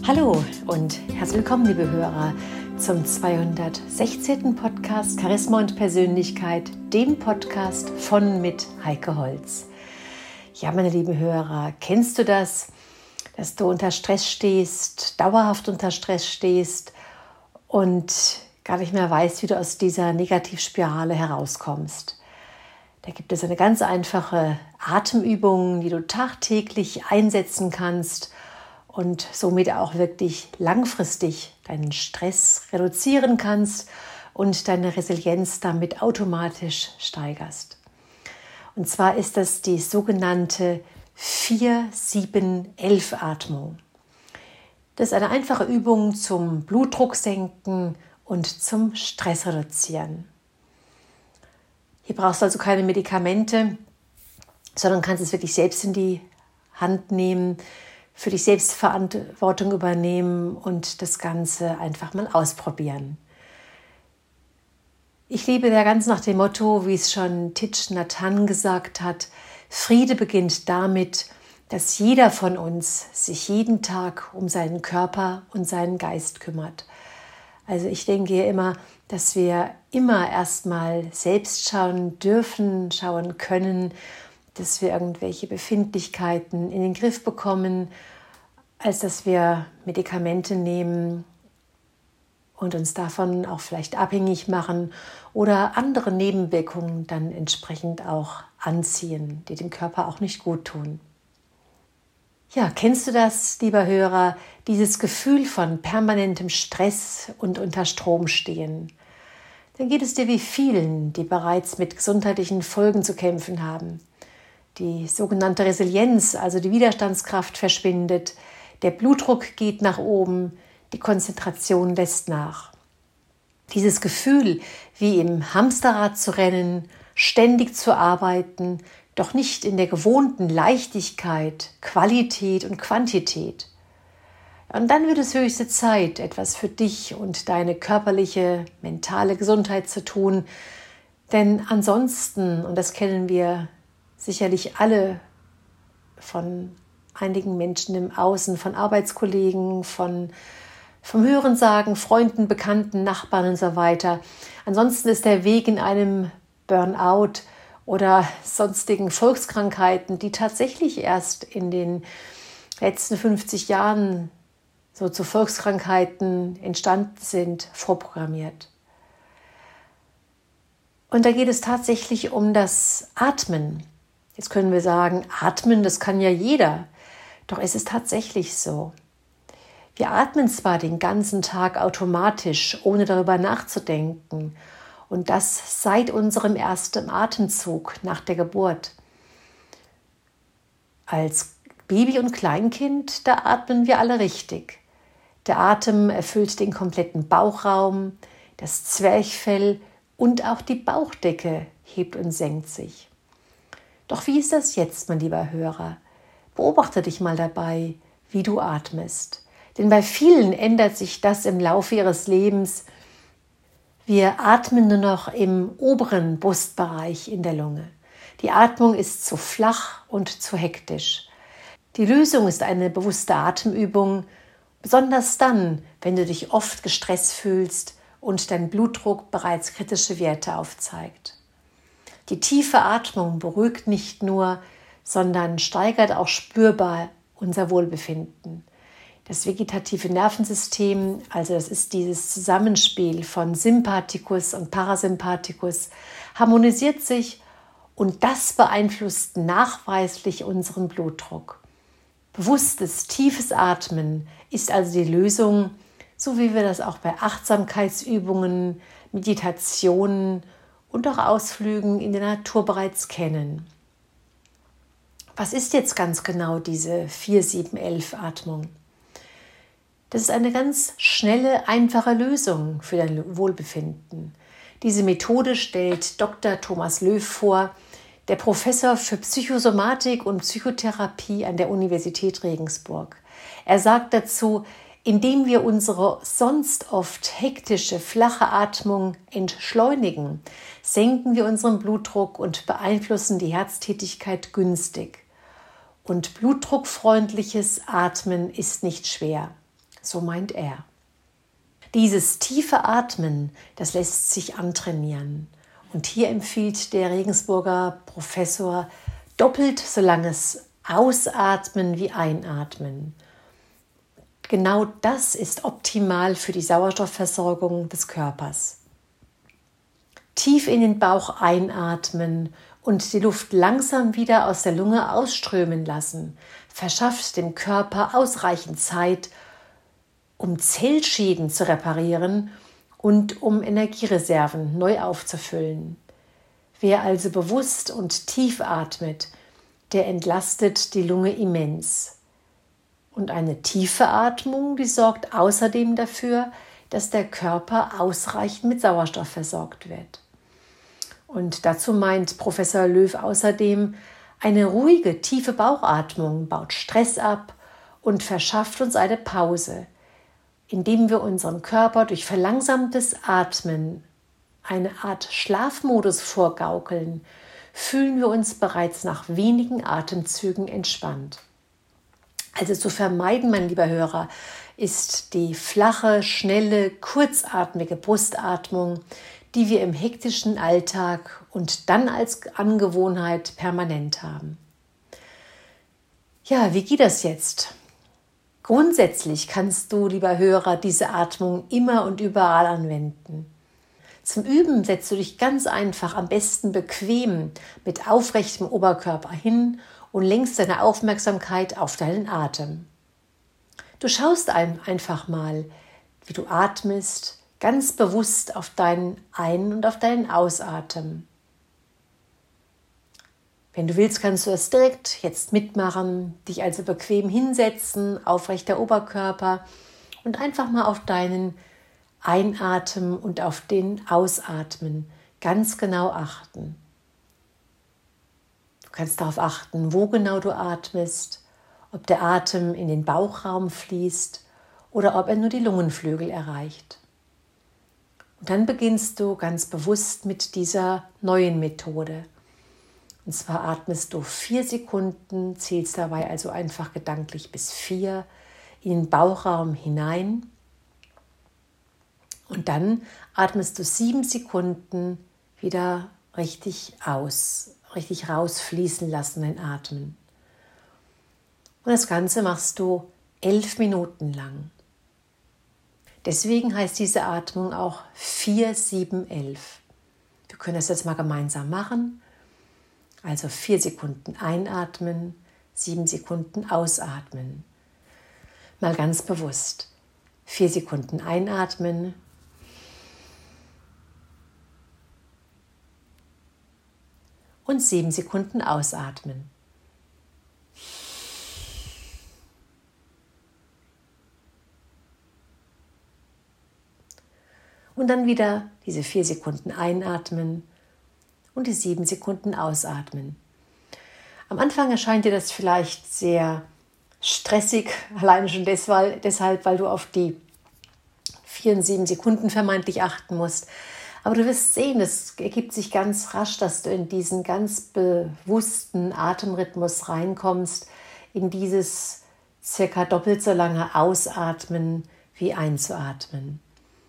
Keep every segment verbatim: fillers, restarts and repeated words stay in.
Hallo und herzlich willkommen, liebe Hörer, zum zweihundertsechzehnten Podcast Charisma und Persönlichkeit, dem Podcast von mit Heike Holz. Ja, meine lieben Hörer, kennst du das, dass du unter Stress stehst, dauerhaft unter Stress stehst und gar nicht mehr weißt, wie du aus dieser Negativspirale herauskommst? Da gibt es eine ganz einfache Atemübung, die du tagtäglich einsetzen kannst und somit auch wirklich langfristig deinen Stress reduzieren kannst und deine Resilienz damit automatisch steigerst. Und zwar ist das die sogenannte vier sieben elf Atmung. Das ist eine einfache Übung zum Blutdruck senken und zum Stress reduzieren. Hier brauchst du also keine Medikamente, sondern kannst es wirklich selbst in die Hand nehmen, für dich selbst Verantwortung übernehmen und das Ganze einfach mal ausprobieren. Ich lebe da ganz nach dem Motto, wie es schon Thich Nhat Hanh gesagt hat, Friede beginnt damit, dass jeder von uns sich jeden Tag um seinen Körper und seinen Geist kümmert. Also ich denke hier immer, dass wir immer erstmal selbst schauen dürfen, schauen können, dass wir irgendwelche Befindlichkeiten in den Griff bekommen, als dass wir Medikamente nehmen und uns davon auch vielleicht abhängig machen oder andere Nebenwirkungen dann entsprechend auch anziehen, die dem Körper auch nicht gut tun. Ja, kennst du das, lieber Hörer, dieses Gefühl von permanentem Stress und unter Strom stehen? Dann geht es dir wie vielen, die bereits mit gesundheitlichen Folgen zu kämpfen haben. Die sogenannte Resilienz, also die Widerstandskraft, verschwindet, der Blutdruck geht nach oben, die Konzentration lässt nach. Dieses Gefühl, wie im Hamsterrad zu rennen, ständig zu arbeiten, doch nicht in der gewohnten Leichtigkeit, Qualität und Quantität. Und dann wird es höchste Zeit, etwas für dich und deine körperliche, mentale Gesundheit zu tun, denn ansonsten, und das kennen wir sicherlich alle von einigen Menschen im Außen, von Arbeitskollegen, von, vom Hörensagen, Freunden, Bekannten, Nachbarn und so weiter. Ansonsten ist der Weg in einem Burnout oder sonstigen Volkskrankheiten, die tatsächlich erst in den letzten fünfzig Jahren so zu Volkskrankheiten entstanden sind, vorprogrammiert. Und da geht es tatsächlich um das Atmen. Jetzt können wir sagen, atmen, das kann ja jeder. Doch es ist tatsächlich so. Wir atmen zwar den ganzen Tag automatisch, ohne darüber nachzudenken. Und das seit unserem ersten Atemzug nach der Geburt. Als Baby und Kleinkind, da atmen wir alle richtig. Der Atem erfüllt den kompletten Bauchraum, das Zwerchfell und auch die Bauchdecke hebt und senkt sich. Doch wie ist das jetzt, mein lieber Hörer? Beobachte dich mal dabei, wie du atmest. Denn bei vielen ändert sich das im Laufe ihres Lebens. Wir atmen nur noch im oberen Brustbereich in der Lunge. Die Atmung ist zu flach und zu hektisch. Die Lösung ist eine bewusste Atemübung, besonders dann, wenn du dich oft gestresst fühlst und dein Blutdruck bereits kritische Werte aufzeigt. Die tiefe Atmung beruhigt nicht nur, sondern steigert auch spürbar unser Wohlbefinden. Das vegetative Nervensystem, also das ist dieses Zusammenspiel von Sympathikus und Parasympathikus, harmonisiert sich und das beeinflusst nachweislich unseren Blutdruck. Bewusstes, tiefes Atmen ist also die Lösung, so wie wir das auch bei Achtsamkeitsübungen, Meditationen und auch Ausflügen in der Natur bereits kennen. Was ist jetzt ganz genau diese vier sieben elf Atmung? Das ist eine ganz schnelle, einfache Lösung für dein Wohlbefinden. Diese Methode stellt Doktor Thomas Löw vor, der Professor für Psychosomatik und Psychotherapie an der Universität Regensburg. Er sagt dazu, indem wir unsere sonst oft hektische, flache Atmung entschleunigen, senken wir unseren Blutdruck und beeinflussen die Herztätigkeit günstig. Und blutdruckfreundliches Atmen ist nicht schwer, So meint er. Dieses tiefe Atmen, das lässt sich antrainieren. Und hier empfiehlt der Regensburger Professor doppelt so langes Ausatmen wie Einatmen. Genau das ist optimal für die Sauerstoffversorgung des Körpers. Tief in den Bauch einatmen und die Luft langsam wieder aus der Lunge ausströmen lassen, verschafft dem Körper ausreichend Zeit, um Zellschäden zu reparieren und um Energiereserven neu aufzufüllen. Wer also bewusst und tief atmet, der entlastet die Lunge immens. Und eine tiefe Atmung, die sorgt außerdem dafür, dass der Körper ausreichend mit Sauerstoff versorgt wird. Und dazu meint Professor Löw außerdem, eine ruhige, tiefe Bauchatmung baut Stress ab und verschafft uns eine Pause, indem wir unserem Körper durch verlangsamtes Atmen eine Art Schlafmodus vorgaukeln, fühlen wir uns bereits nach wenigen Atemzügen entspannt. Also zu vermeiden, mein lieber Hörer, ist die flache, schnelle, kurzatmige Brustatmung, die wir im hektischen Alltag und dann als Angewohnheit permanent haben. Ja, wie geht das jetzt? Grundsätzlich kannst du, lieber Hörer, diese Atmung immer und überall anwenden. Zum Üben setzt du dich ganz einfach, am besten bequem, mit aufrechtem Oberkörper hin und lenkst deine Aufmerksamkeit auf deinen Atem. Du schaust ein, einfach mal, wie du atmest, ganz bewusst auf deinen Ein- und auf deinen Ausatmen. Wenn du willst, kannst du das direkt jetzt mitmachen, dich also bequem hinsetzen, aufrechter Oberkörper und einfach mal auf deinen Einatmen und auf den Ausatmen ganz genau achten. Du kannst darauf achten, wo genau du atmest, ob der Atem in den Bauchraum fließt oder ob er nur die Lungenflügel erreicht. Und dann beginnst du ganz bewusst mit dieser neuen Methode. Und zwar atmest du vier Sekunden, zählst dabei also einfach gedanklich bis vier in den Bauchraum hinein. Und dann atmest du sieben Sekunden wieder richtig aus, richtig rausfließen lassen, den Atmen. Und das Ganze machst du elf Minuten lang. Deswegen heißt diese Atmung auch vier sieben elf. Wir können das jetzt mal gemeinsam machen. Also vier Sekunden einatmen, sieben Sekunden ausatmen. Mal ganz bewusst. vier Sekunden einatmen. Und sieben Sekunden ausatmen. Und dann wieder diese vier Sekunden einatmen und die sieben Sekunden ausatmen. Am Anfang erscheint dir das vielleicht sehr stressig, alleine schon deshalb, weil du auf die vier und sieben Sekunden vermeintlich achten musst. Aber du wirst sehen, es ergibt sich ganz rasch, dass du in diesen ganz bewussten Atemrhythmus reinkommst, in dieses circa doppelt so lange Ausatmen wie Einzuatmen.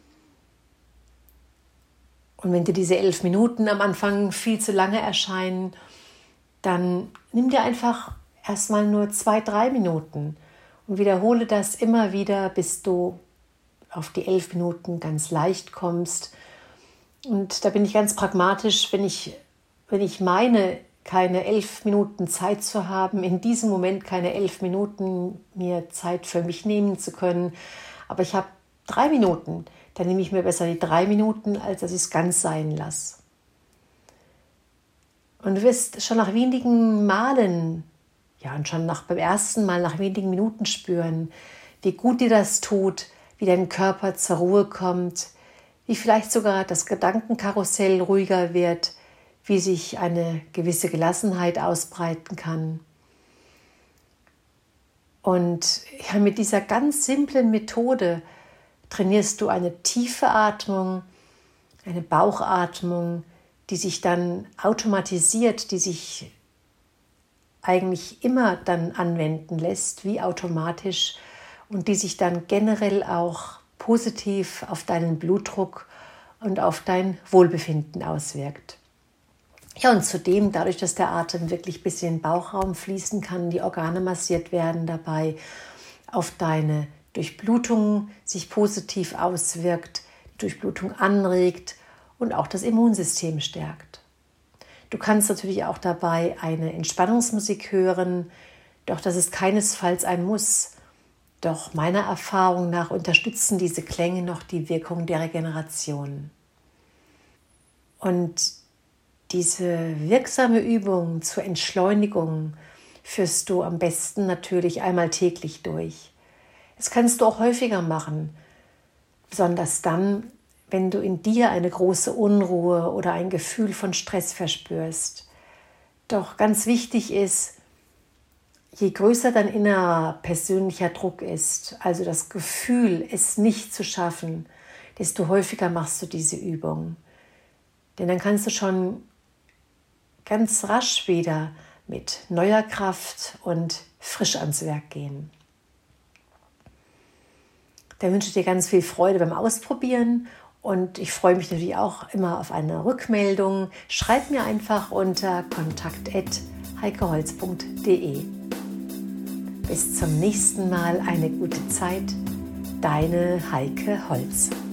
Und wenn dir diese elf Minuten am Anfang viel zu lange erscheinen, dann nimm dir einfach erstmal nur zwei, drei Minuten und wiederhole das immer wieder, bis du auf die elf Minuten ganz leicht kommst. Und da bin ich ganz pragmatisch, wenn ich, wenn ich meine, keine elf Minuten Zeit zu haben, in diesem Moment keine elf Minuten mir Zeit für mich nehmen zu können, aber ich habe drei Minuten, dann nehme ich mir besser die drei Minuten, als dass ich es ganz sein lasse. Und du wirst schon nach wenigen Malen, ja und schon nach, beim ersten Mal nach wenigen Minuten spüren, wie gut dir das tut, wie dein Körper zur Ruhe kommt, wie vielleicht sogar das Gedankenkarussell ruhiger wird, wie sich eine gewisse Gelassenheit ausbreiten kann. Und ja, mit dieser ganz simplen Methode trainierst du eine tiefe Atmung, eine Bauchatmung, die sich dann automatisiert, die sich eigentlich immer dann anwenden lässt, wie automatisch und die sich dann generell auch positiv auf deinen Blutdruck und auf dein Wohlbefinden auswirkt. Ja, und zudem, dadurch, dass der Atem wirklich bis in den Bauchraum fließen kann, die Organe massiert werden dabei, auf deine Durchblutung sich positiv auswirkt, die Durchblutung anregt und auch das Immunsystem stärkt. Du kannst natürlich auch dabei eine Entspannungsmusik hören, doch das ist keinesfalls ein Muss. Doch meiner Erfahrung nach unterstützen diese Klänge noch die Wirkung der Regeneration. Und diese wirksame Übung zur Entschleunigung führst du am besten natürlich einmal täglich durch. Das kannst du auch häufiger machen, besonders dann, wenn du in dir eine große Unruhe oder ein Gefühl von Stress verspürst. Doch ganz wichtig ist, je größer dein innerer persönlicher Druck ist, also das Gefühl, es nicht zu schaffen, desto häufiger machst du diese Übung. Denn dann kannst du schon ganz rasch wieder mit neuer Kraft und frisch ans Werk gehen. Da wünsche ich dir ganz viel Freude beim Ausprobieren und ich freue mich natürlich auch immer auf eine Rückmeldung. Schreib mir einfach unter kontakt at heikeholz punkt de. Bis zum nächsten Mal, eine gute Zeit. Deine Heike Holz.